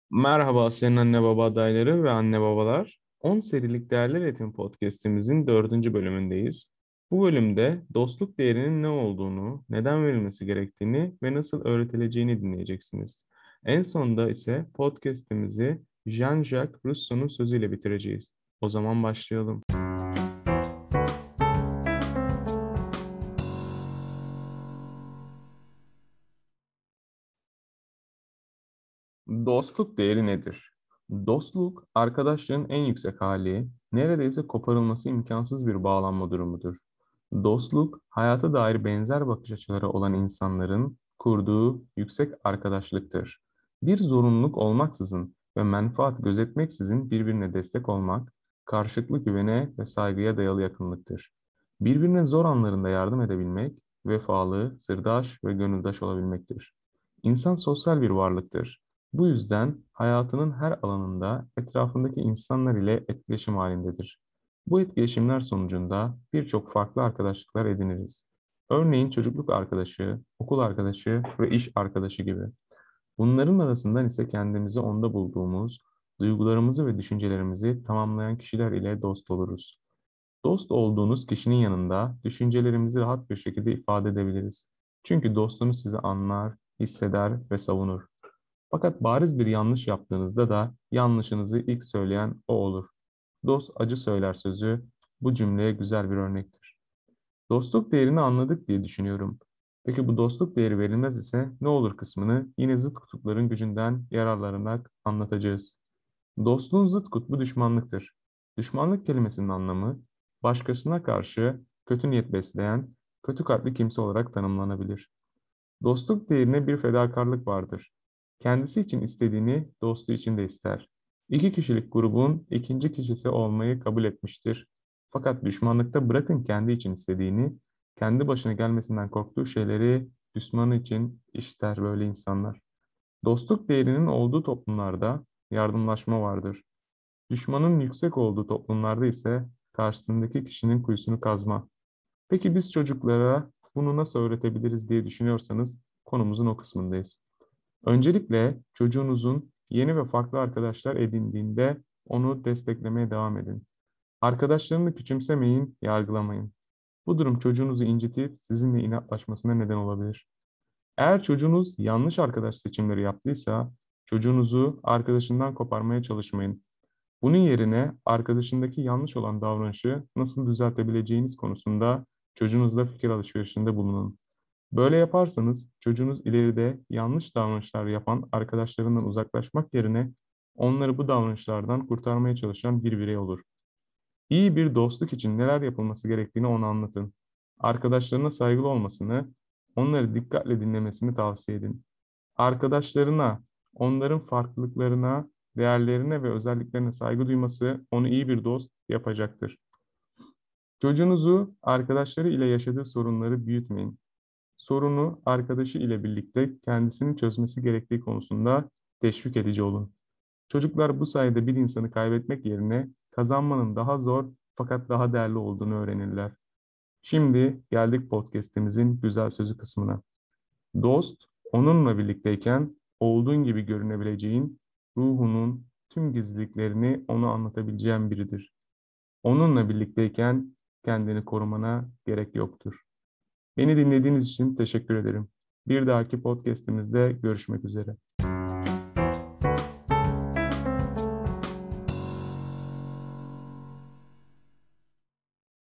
Merhaba senin anne baba adayları ve anne babalar. 10 serilik Değerler Eğitim Podcast'imizin dördüncü bölümündeyiz. Bu bölümde dostluk değerinin ne olduğunu, neden verilmesi gerektiğini ve nasıl öğretileceğini dinleyeceksiniz. En sonunda ise podcast'imizi Jean-Jacques Rousseau'nun sözüyle bitireceğiz. O zaman başlayalım. Dostluk değeri nedir? Dostluk, arkadaşlığın en yüksek hali, neredeyse koparılması imkansız bir bağlanma durumudur. Dostluk, hayata dair benzer bakış açıları olan insanların kurduğu yüksek arkadaşlıktır. Bir zorunluluk olmaksızın ve menfaat gözetmeksizin birbirine destek olmak, karşılıklı güvene ve saygıya dayalı yakınlıktır. Birbirine zor anlarında yardım edebilmek, vefalı, sırdaş ve gönüldaş olabilmektir. İnsan sosyal bir varlıktır. Bu yüzden hayatının her alanında etrafındaki insanlar ile etkileşim halindedir. Bu etkileşimler sonucunda birçok farklı arkadaşlıklar ediniriz. Örneğin çocukluk arkadaşı, okul arkadaşı ve iş arkadaşı gibi. Bunların arasından ise kendimizi onda bulduğumuz, duygularımızı ve düşüncelerimizi tamamlayan kişiler ile dost oluruz. Dost olduğunuz kişinin yanında düşüncelerimizi rahat bir şekilde ifade edebiliriz. Çünkü dostunuz sizi anlar, hisseder ve savunur. Fakat bariz bir yanlış yaptığınızda da yanlışınızı ilk söyleyen o olur. Dost acı söyler sözü bu cümleye güzel bir örnektir. Dostluk değerini anladık diye düşünüyorum. Peki bu dostluk değeri verilmez ise ne olur kısmını yine zıt kutupların gücünden yararlanarak anlatacağız. Dostluğun zıt kutbu düşmanlıktır. Düşmanlık kelimesinin anlamı başkasına karşı kötü niyet besleyen, kötü kalpli kimse olarak tanımlanabilir. Dostluk değerine bir fedakarlık vardır. Kendisi için istediğini dostu için de ister. İki kişilik grubun ikinci kişisi olmayı kabul etmiştir. Fakat düşmanlıkta bırakın kendi için istediğini, kendi başına gelmesinden korktuğu şeyleri düşmanı için ister böyle insanlar. Dostluk değerinin olduğu toplumlarda yardımlaşma vardır. Düşmanın yüksek olduğu toplumlarda ise karşısındaki kişinin kuyusunu kazma. Peki biz çocuklara bunu nasıl öğretebiliriz diye düşünüyorsanız konumuzun o kısmındayız. Öncelikle çocuğunuzun yeni ve farklı arkadaşlar edindiğinde onu desteklemeye devam edin. Arkadaşlarını küçümsemeyin, yargılamayın. Bu durum çocuğunuzu incitip sizinle inatlaşmasına neden olabilir. Eğer çocuğunuz yanlış arkadaş seçimleri yaptıysa çocuğunuzu arkadaşından koparmaya çalışmayın. Bunun yerine arkadaşındaki yanlış olan davranışı nasıl düzeltebileceğiniz konusunda çocuğunuzla fikir alışverişinde bulunun. Böyle yaparsanız çocuğunuz ileride yanlış davranışlar yapan arkadaşlarından uzaklaşmak yerine onları bu davranışlardan kurtarmaya çalışan bir birey olur. İyi bir dostluk için neler yapılması gerektiğini ona anlatın. Arkadaşlarına saygılı olmasını, onları dikkatle dinlemesini tavsiye edin. Arkadaşlarına, onların farklılıklarına, değerlerine ve özelliklerine saygı duyması onu iyi bir dost yapacaktır. Çocuğunuzu arkadaşları ile yaşadığı sorunları büyütmeyin. Sorunu arkadaşı ile birlikte kendisini çözmesi gerektiği konusunda teşvik edici olun. Çocuklar bu sayede bir insanı kaybetmek yerine kazanmanın daha zor fakat daha değerli olduğunu öğrenirler. Şimdi geldik podcast'imizin güzel sözü kısmına. Dost, onunla birlikteyken olduğun gibi görünebileceğin, ruhunun tüm gizliliklerini ona anlatabileceğin biridir. Onunla birlikteyken kendini korumana gerek yoktur. Beni dinlediğiniz için teşekkür ederim. Bir dahaki podcast'imizde görüşmek üzere.